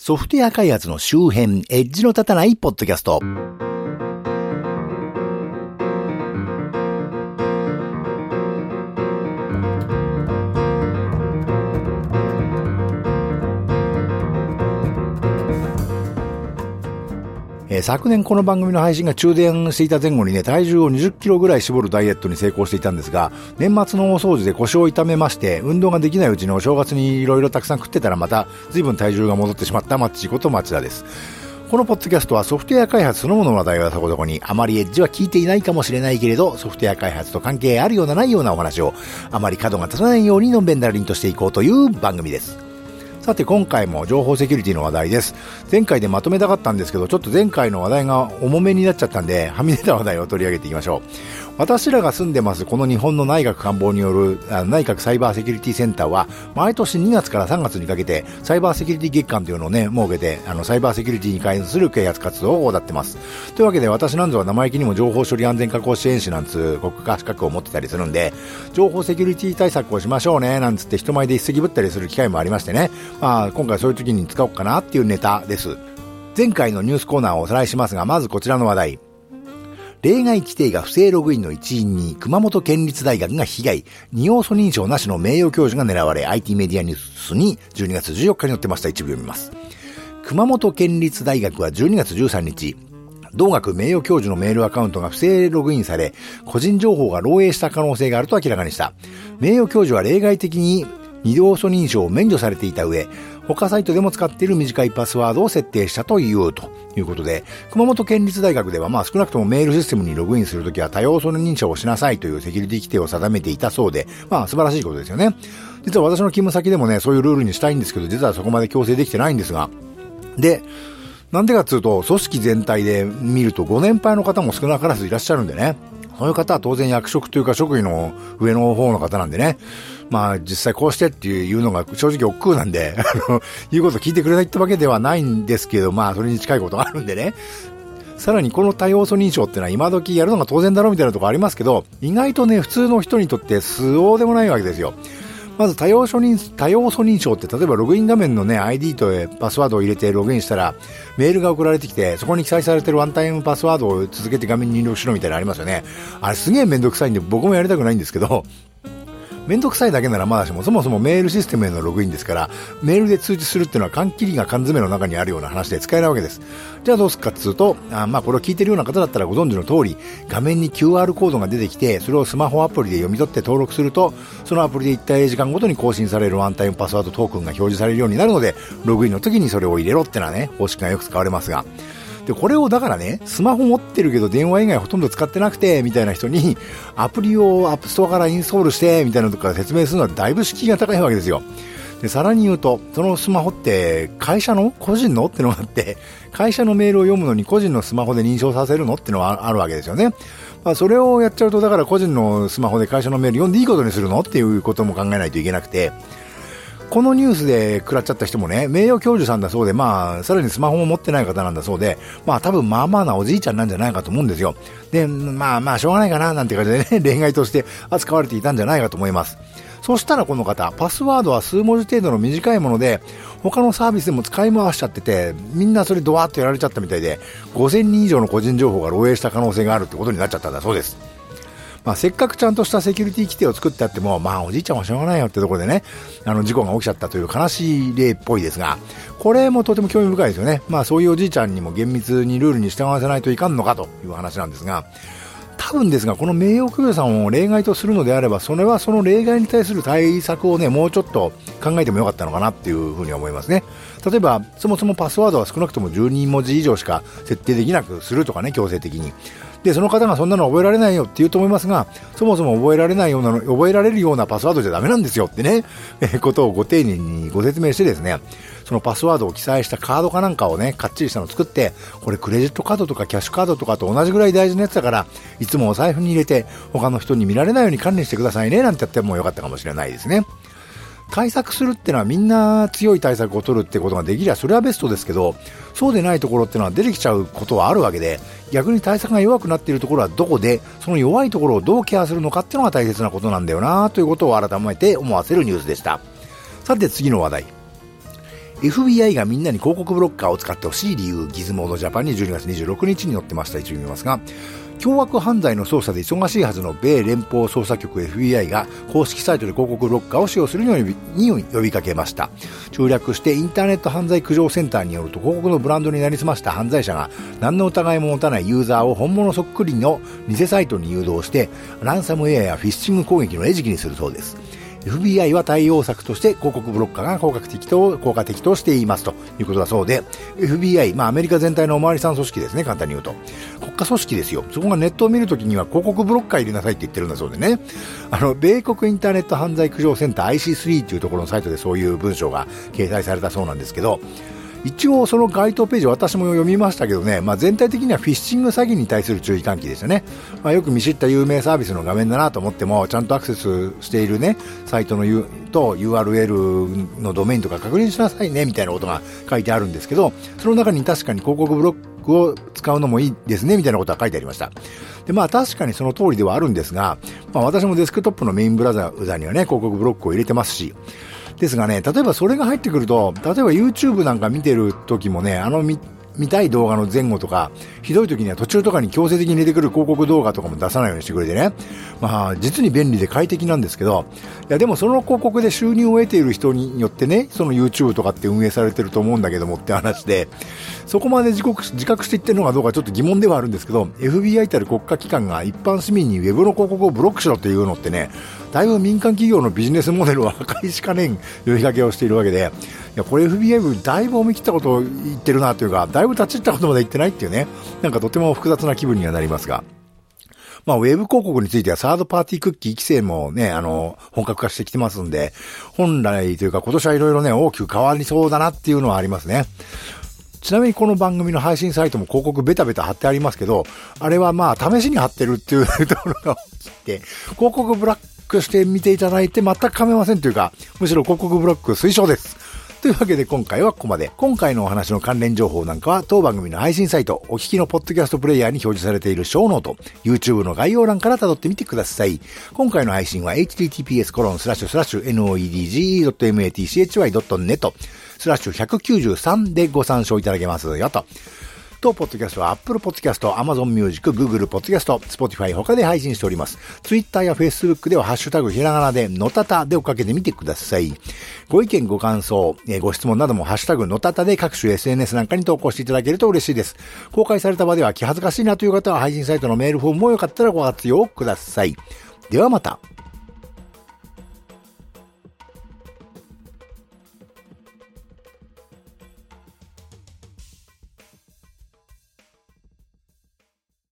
ソフトウェア開発の周辺、エッジの立たないポッドキャスト。昨年この番組の配信が中断していた前後にね、体重を20キロぐらい絞るダイエットに成功していたんですが、年末の大掃除で腰を痛めまして、運動ができないうちにお正月にいろいろたくさん食ってたらまた随分体重が戻ってしまったマッチこと町田です。このポッドキャストはソフトウェア開発そのものの話題はそこそこに、あまりエッジは聞いていないかもしれないけれど、ソフトウェア開発と関係あるようなないようなお話を、あまり角が立たないようにのんべんだらりんとしていこうという番組です。さて今回も情報セキュリティの話題です。前回でまとめたかったんですけど、ちょっと前回の話題が重めになっちゃったんで、はみ出た話題を取り上げていきましょう。私らが住んでますこの日本の内閣官房による内閣サイバーセキュリティセンターは、毎年2月から3月にかけてサイバーセキュリティ月間というのをね、設けて、サイバーセキュリティに関する啓発活動を行ってます。というわけで私なんぞは生意気にも情報処理安全確保支援士なんつ国家資格を持ってたりするんで、情報セキュリティ対策をしましょうねなんつって人前で一石ぶったりする機会もありましてね、今回そういう時に使おうかなっていうネタです。前回のニュースコーナーをおさらいしますが、まずこちらの話題。例外規定が不正ログインの一因に熊本県立大学が被害、2要素認証なしの名誉教授が狙われ、 IT メディアニュースに12月14日に載ってました。一部読みます。熊本県立大学は12月13日、同学名誉教授のメールアカウントが不正ログインされ、個人情報が漏洩した可能性があると明らかにした。名誉教授は例外的に2要素認証を免除されていた上、他サイトでも使っている短いパスワードを設定したということで、熊本県立大学では少なくともメールシステムにログインするときは多要素認証をしなさいというセキュリティ規定を定めていたそうで、素晴らしいことですよね。実は私の勤務先でもね、そういうルールにしたいんですけど、実はそこまで強制できてないんですが、で、なんでかっていうと、組織全体で見るとご年配の方も少なからずいらっしゃるんでね、そういう方は当然役職というか職位の上の方の方なんでね、実際こうしてっていうのが正直億劫なんで、言うこと聞いてくれないってわけではないんですけど、それに近いことがあるんでね。さらにこの多要素認証ってのは今時やるのが当然だろうみたいなところありますけど、意外とね、普通の人にとってそうでもないわけですよ。まず多要素認証って、例えばログイン画面のね、ID とパスワードを入れてログインしたら、メールが送られてきて、そこに記載されてるワンタイムパスワードを続けて画面に入力しろみたいなのありますよね。あれすげえめんどくさいんで僕もやりたくないんですけど、めんどくさいだけならまだしも、そもそもメールシステムへのログインですから、メールで通知するっていうのは缶切りが缶詰の中にあるような話で使えないわけです。じゃあどうすっかっつうと、これを聞いてるような方だったらご存知の通り、画面に QR コードが出てきて、それをスマホアプリで読み取って登録すると、そのアプリで一定時間ごとに更新されるワンタイムパスワードトークンが表示されるようになるので、ログインの時にそれを入れろってのはね、方式がよく使われますが、で、これをだからね、スマホ持ってるけど電話以外ほとんど使ってなくて、みたいな人に、アプリをアップストアからインストールして、みたいなとこから説明するのはだいぶ敷居が高いわけですよ。で、さらに言うと、そのスマホって会社の個人のってのがあって、会社のメールを読むのに個人のスマホで認証させるのってのはあるわけですよね。それをやっちゃうと、だから個人のスマホで会社のメール読んでいいことにするのっていうことも考えないといけなくて、このニュースで食らっちゃった人もね、名誉教授さんだそうで、さらにスマホも持ってない方なんだそうで、多分なおじいちゃんなんじゃないかと思うんですよ。で、しょうがないかななんて感じでね、例外として扱われていたんじゃないかと思います。そしたらこの方、パスワードは数文字程度の短いもので、他のサービスでも使い回しちゃってて、みんなそれドワーッとやられちゃったみたいで、5000人以上の個人情報が漏洩した可能性があるってことになっちゃったんだそうです。せっかくちゃんとしたセキュリティ規定を作ってあっても、おじいちゃんはしょうがないよってところでね、事故が起きちゃったという悲しい例っぽいですが、これもとても興味深いですよね。そういうおじいちゃんにも厳密にルールに従わせないといかんのかという話なんですが、多分ですが、この名誉教授さんを例外とするのであれば、それはその例外に対する対策をね、もうちょっと考えてもよかったのかなっていうふうに思いますね。例えば、そもそもパスワードは少なくとも12文字以上しか設定できなくするとかね、強制的に。で、その方がそんなの覚えられないよって言うと思いますが、そもそも覚えられるようなパスワードじゃダメなんですよってね、ことをご丁寧にご説明してですね、そのパスワードを記載したカードかなんかをね、かっちりしたのを作って、これクレジットカードとかキャッシュカードとかと同じぐらい大事なやつだから、いつもお財布に入れて、他の人に見られないように管理してくださいね、なんてやってもよかったかもしれないですね。対策するってのはみんな強い対策を取るってことができりゃそれはベストですけど、そうでないところってのは出てきちゃうことはあるわけで、逆に対策が弱くなっているところはどこで、その弱いところをどうケアするのかっていうのが大切なことなんだよなということを改めて思わせるニュースでした。さて次の話題。 FBI がみんなに広告ブロッカーを使ってほしい理由、ギズモードジャパンに12月26日に載ってました。一応見ますが、凶悪犯罪の捜査で忙しいはずの米連邦捜査局 FBI が公式サイトで広告ブロッカーを使用するように呼びかけました。中略してインターネット犯罪駆除センターによると、広告のブランドになりすました犯罪者が何の疑いも持たないユーザーを本物そっくりの偽サイトに誘導してランサムウェアやフィッシング攻撃の餌食にするそうです。FBI は対応策として広告ブロッカーが効果的としていますということだそうで、 FBI、アメリカ全体のおまわりさん組織ですね、簡単に言うと国家組織ですよ。そこがネットを見るときには広告ブロッカー入れなさいって言ってるんだそうでね、米国インターネット犯罪駆除センター IC3 というところのサイトでそういう文章が掲載されたそうなんですけど、一応その該当ページ私も読みましたけどね、全体的にはフィッシング詐欺に対する注意喚起でしたね。よく見知った有名サービスの画面だなと思っても、ちゃんとアクセスしているねサイトのと URL のドメインとか確認しなさいねみたいなことが書いてあるんですけど、その中に確かに広告ブロックを使うのもいいですねみたいなことが書いてありました。で、確かにその通りではあるんですが、私もデスクトップのメインブラウザにはね広告ブロックを入れてますし、ですがね、例えばそれが入ってくると、例えば YouTube なんか見てる時もね、見たい動画の前後とか、ひどい時には途中とかに強制的に出てくる広告動画とかも出さないようにしてくれてね。実に便利で快適なんですけど、いやでもその広告で収入を得ている人によってね、その YouTube とかって運営されてると思うんだけどもって話で、そこまで自覚していってるのかどうかちょっと疑問ではあるんですけど、FBI たる国家機関が一般市民にウェブの広告をブロックしろっていうのってね、だいぶ民間企業のビジネスモデルを破壊しかねん呼びかけをしているわけで、いやこれ FBI だいぶ思い切ったことを言ってるなというか、だいぶ立ち入ったことまで言ってないっていうね、なんかとても複雑な気分にはなりますが、ウェブ広告についてはサードパーティークッキー規制もね、本格化してきてますんで、本来というか今年はいろいろね、大きく変わりそうだなっていうのはありますね。ちなみにこの番組の配信サイトも広告ベタベタ貼ってありますけど、あれは試しに貼ってるっていうところが起きて、広告ブラックして見ていただいて全く構いませんというか、むしろ広告ブロック推奨です。というわけで今回はここまで。今回のお話の関連情報なんかは当番組の配信サイト、お聞きのポッドキャストプレイヤーに表示されているショーノート、YouTube の概要欄から辿ってみてください。今回の配信は https://noedge.metchy.net/193 でご参照いただけますよと。当ポッドキャストは Apple Podcast、Amazon Music、Google Podcast、Spotify 他で配信しております。Twitter や Facebook ではハッシュタグひらがなでのたたで追っかけてみてください。ご意見ご感想、ご質問などもハッシュタグのたたで各種 SNS なんかに投稿していただけると嬉しいです。公開された場では気恥ずかしいなという方は配信サイトのメールフォームもよかったらご活用ください。ではまた。